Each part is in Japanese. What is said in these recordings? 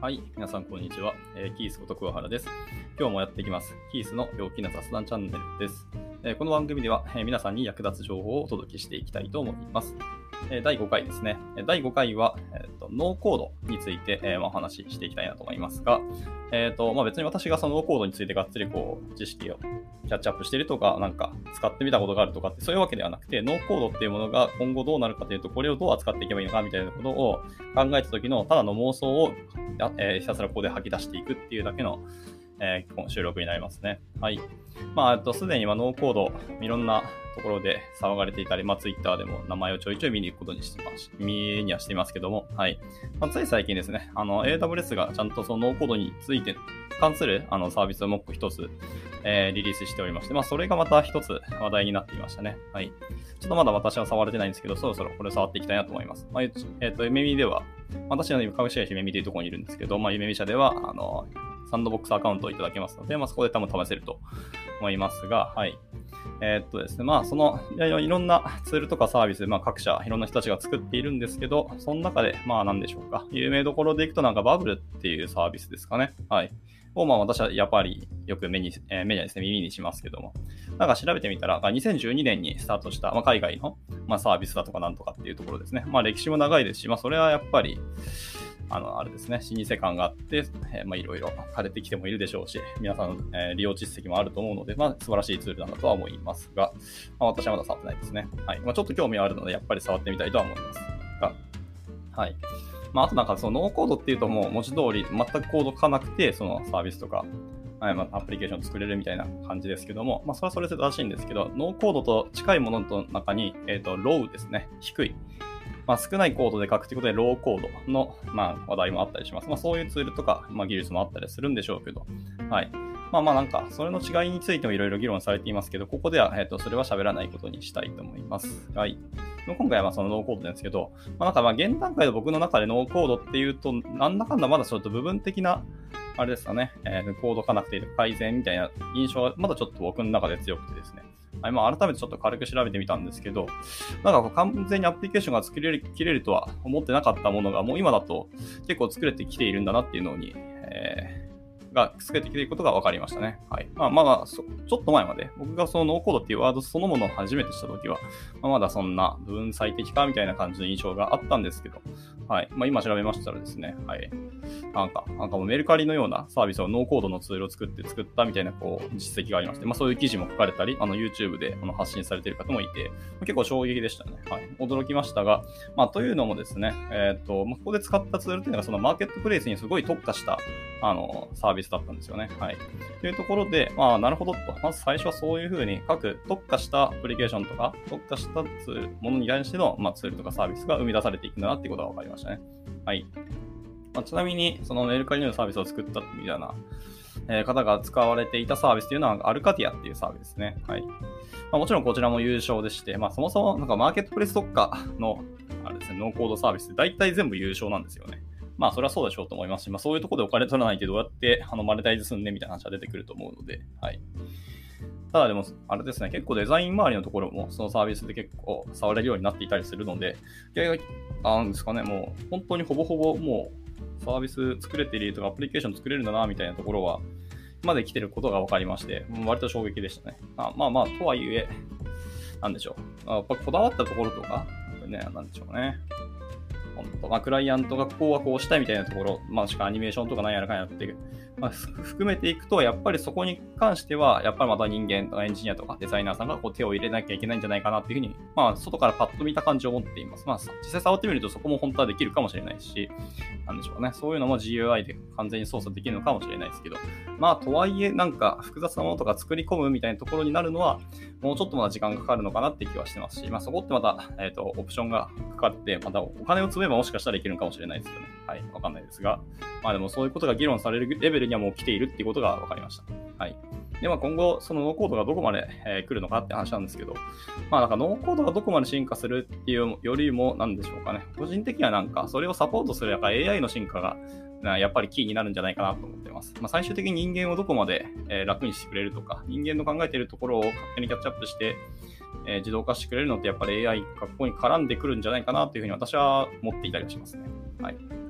はい、皆さんこんにちは。キースこと桑原です。今日もやっていきます。キースの陽気な雑談チャンネルです。この番組では、皆さんに役立つ情報をお届けしていきたいと思います。第5回ですね。第5回は、ノーコードについて、お話ししていきたいなと思いますが、別に私がそのノーコードについてがっつり知識をキャッチアップしているとか、なんか使ってみたことがあるとかってそういうわけではなくて、ノーコードっていうものが今後どうなるかというと、これをどう扱っていけばいいのかみたいなことを考えた時のただの妄想をひたすらここで吐き出していくっていうだけの収録になりますね。はい。すでにノーコード、いろんなところで騒がれていたり、Twitter でも名前をちょいちょい見に行くことにしていますけども、はい。つい最近ですね、AWS がちゃんとそのノーコードについて関するサービスをもう一つ、リリースしておりまして、それがまた一つ話題になっていましたね。はい。ちょっとまだ私は触れてないんですけど、そろそろこれ触っていきたいなと思います。夢見では、私は今株式会社夢見というところにいるんですけど、夢見社では、サンドボックスアカウントをいただけますので、そこで多分試せると思いますが、はい。ですね、いろんなツールとかサービス、各社、いろんな人たちが作っているんですけど、その中で、何でしょうか。有名どころでいくとバブルっていうサービスですかね。はい。を、私はやっぱりよく目にですね、耳にしますけども。調べてみたら、2012年にスタートした、海外の、サービスだとかなんとかっていうところですね。歴史も長いですし、それはやっぱり、あれですね、老舗感があって、いろいろ枯れてきてもいるでしょうし、皆さんの、利用実績もあると思うので、素晴らしいツールなんだとは思いますが、私はまだ触ってないですね。はい。ちょっと興味はあるので、やっぱり触ってみたいとは思いますが、はい。あとそのノーコードっていうともう文字通り全くコード書かなくて、そのサービスとか、アプリケーション作れるみたいな感じですけども、それはそれで正しいんですけど、ノーコードと近いものの中に、ローですね、低い。少ないコードで書くということで、ローコードの、話題もあったりします。そういうツールとか、技術もあったりするんでしょうけど、はい。それの違いについてもいろいろ議論されていますけど、ここでは、それは喋らないことにしたいと思います。はい。今回はそのノーコードなんですけど、現段階で僕の中でノーコードっていうと、なんだかんだまだちょっと部分的な、あれですかね、コード書かなくていい改善みたいな印象がまだちょっと僕の中で強くてですね。はい、改めてちょっと軽く調べてみたんですけど、完全にアプリケーションが切れるとは思ってなかったものが、もう今だと結構作れてきているんだなっていうのに、作れてきていることが分かりましたね。はい。ちょっと前まで、僕がそのノーコードっていうワードそのものを初めてしたときは、まだそんな部分最適化みたいな感じの印象があったんですけど、はい。今調べましたらですね、はい。もうメルカリのようなサービスをノーコードのツールを作ったみたいな実績がありまして、そういう記事も書かれたり、YouTube で発信されている方もいて、結構衝撃でしたね。はい。驚きましたが、というのもですね、ここで使ったツールっていうのがそのマーケットプレイスにすごい特化したサービスだったんですよね。はい。というところで、なるほどと。まず最初はそういうふうに各特化したアプリケーションとか、特化したものに対しての、ツールとかサービスが生み出されていくんだなっていうことが分かりましたね。はい。ちなみに、そのメルカリのようなサービスを作ったみたいな、方が使われていたサービスというのは、アルカティアっていうサービスですね。はい。もちろんこちらも優勝でして、そもそもマーケットプレイス特化の、あれですね、ノーコードサービスって大体全部優勝なんですよね。それはそうでしょうと思いますし、そういうところでお金取らないとどうやってマネタイズすんねみたいな話が出てくると思うので、はい。ただでも、あれですね、結構デザイン周りのところもそのサービスで結構触れるようになっていたりするので、なんですかね、もう本当にほぼほぼもうサービス作れているとかアプリケーション作れるんだなみたいなところは、まで来てることが分かりまして、割と衝撃でしたね。とはいえ、なんでしょう。やっぱこだわったところとか、ね、なんでしょうね。クライアントがここはこうしたいみたいなところ、しかアニメーションとか何やらかんやって、含めていくと、やっぱりそこに関しては、やっぱりまた人間とかエンジニアとかデザイナーさんが手を入れなきゃいけないんじゃないかなっていうふうに、外からパッと見た感じを持っています。実際触ってみるとそこも本当はできるかもしれないし、なんでしょうね。そういうのも GUI で完全に操作できるのかもしれないですけど、とはいえ、複雑なものとか作り込むみたいなところになるのは、もうちょっとまだ時間がかかるのかなって気はしてますし、そこってまた、オプションがかかって、またお金を積めばもしかしたらいけるかもしれないですけどね。はい。わかんないですが。でもそういうことが議論されるレベルにはもう来ているっていうことが分かりました。はい。で、今後、そのノーコードがどこまで、来るのかって話なんですけど、ノーコードがどこまで進化するっていうよりも、なんでしょうかね。個人的にはそれをサポートするAI の進化が、やっぱりキーになるんじゃないかなと思ってます。最終的に人間をどこまで、楽にしてくれるとか、人間の考えているところを勝手にキャッチアップして、自動化してくれるのってやっぱり AI がここに絡んでくるんじゃないかなというふうに私は思っていたりはしますね。はい。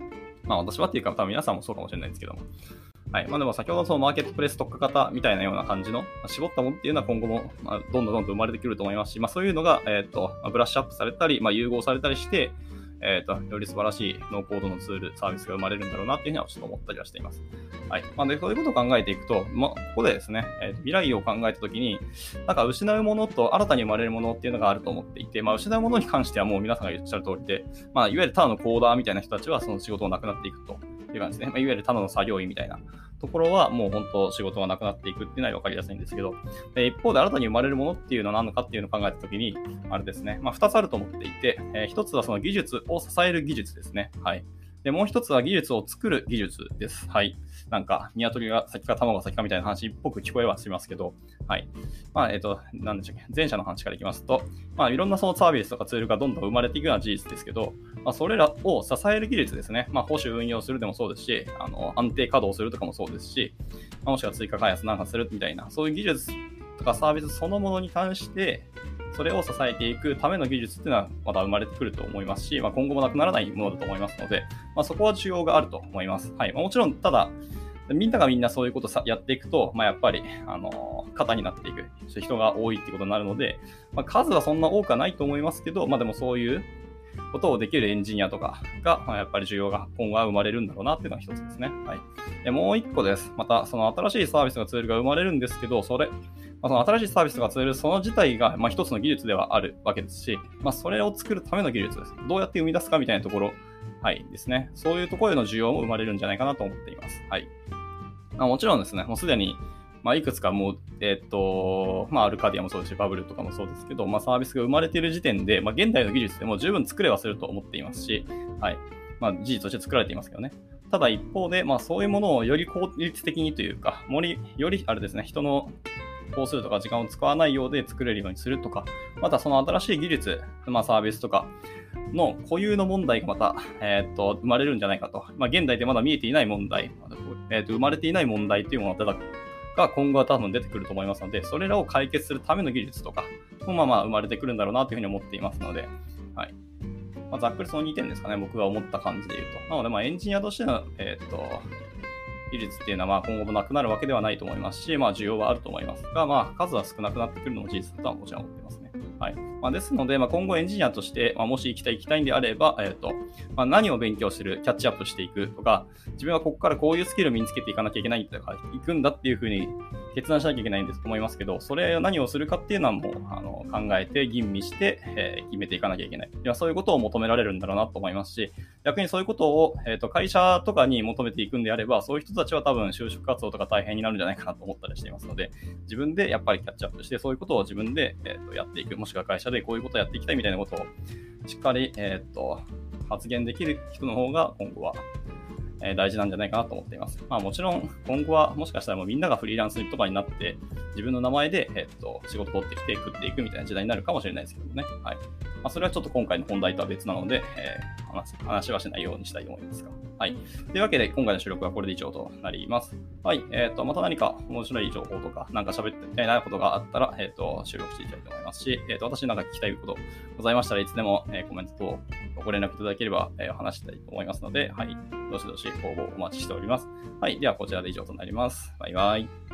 まあ私はっていうか多分皆さんもそうかもしれないんですけども。はい。まあでも先ほどそのマーケットプレイス特化型みたいなような感じの絞ったものっていうのは今後もどんどん生まれてくると思いますし、そういうのが、ブラッシュアップされたり、融合されたりして、より素晴らしいノーコードのツール、サービスが生まれるんだろうなっていうふうにはちょっと思ったりはしています。はい。で、そういうことを考えていくと、ここでですね、未来を考えたときに、なんか失うものと新たに生まれるものっていうのがあると思っていて、失うものに関してはもう皆さんが言っしゃる通りで、いわゆるただのコーダーみたいな人たちはその仕事がなくなっていくという感じですね。いわゆるただの作業員みたいなところはもう本当仕事がなくなっていくっていうのは分かりやすいんですけど、一方で新たに生まれるものっていうのは何のかっていうのを考えたときに、あれですね、2つあると思っていて、1つはその技術を支える技術ですね。はい。で、もう一つは技術を作る技術です。はい。なんか、鶏が先か卵が先かみたいな話っぽく聞こえはしますけど、はい。なんでしたっけ、前者の話からいきますと、いろんなそのサービスとかツールがどんどん生まれていくのは事実ですけど、それらを支える技術ですね。保守運用するでもそうですし、安定稼働するとかもそうですし、もしくは追加開発なんかするみたいな、そういう技術とかサービスそのものに関して、それを支えていくための技術っていうのはまた生まれてくると思いますし、今後もなくならないものだと思いますので、そこは需要があると思います。はい。もちろん、ただ、みんなそういうことをやっていくと、やっぱり、型になっていく。人が多いっていうことになるので、数はそんな多くはないと思いますけど、でもそういうことをできるエンジニアとかが、やっぱり需要が今後は生まれるんだろうなっていうのが一つですね。はい。で、もう一個です。また、その新しいサービスとかツールが生まれるんですけど、その新しいサービスとかツール、その自体が、一つの技術ではあるわけですし、それを作るための技術です。どうやって生み出すかみたいなところ、はいですね。そういうところへの需要も生まれるんじゃないかなと思っています。はい。もちろんですね、もうすでに、いくつかもう、アルカディアもそうですし、バブルとかもそうですけど、サービスが生まれている時点で、現代の技術でも十分作れはすると思っていますし、はい。事実として作られていますけどね。ただ一方で、そういうものをより効率的にというか、よりあれですね、人の工数とか時間を使わないようで作れるようにするとか、またその新しい技術、サービスとかの固有の問題がまた、生まれるんじゃないかと。現代でまだ見えていない問題、生まれていない問題というものが今後は多分出てくると思いますので、それらを解決するための技術とかも生まれてくるんだろうなというふうに思っていますので、はい。ざっくりその2点ですかね、僕が思った感じで言うと。なので、エンジニアとしての、技術っていうのは今後もなくなるわけではないと思いますし、需要はあると思いますが、数は少なくなってくるのも事実だとはもちろん思っていますね。はい。ですので、今後エンジニアとして、もし行きたいんであれば、何を勉強する、キャッチアップしていくとか、自分はここからこういうスキルを身につけていかなきゃいけないとか、行くんだっていうふうに決断しなきゃいけないんですと思いますけど、それを何をするかっていうのはもう、考えて吟味して、決めていかなきゃいけない。そういうことを求められるんだろうなと思いますし、逆にそういうことを、会社とかに求めていくんであれば、そういう人たちは多分就職活動とか大変になるんじゃないかなと思ったりしていますので、自分でやっぱりキャッチアップして、そういうことを自分で、やっていく。もしくは会社でこういうことをやっていきたいみたいなことをしっかり、発言できる人の方が今後は、大事なんじゃないかなと思っています。もちろん今後はもしかしたらもうみんながフリーランスとかになって自分の名前で、仕事取ってきて食っていくみたいな時代になるかもしれないですけどね。はい。それはちょっと今回の本題とは別なので、話はしないようにしたいと思いますが。はい。というわけで今回の収録はこれで以上となります。はい。また何か面白い情報とかなんか喋ってみたいなことがあったら、収録していきたいと思いますし、私になんか聞きたいことございましたらいつでも、コメントとご連絡いただければ、話したいと思いますので、はい。どしどし応募お待ちしております。はい。ではこちらで以上となります。バイバイ。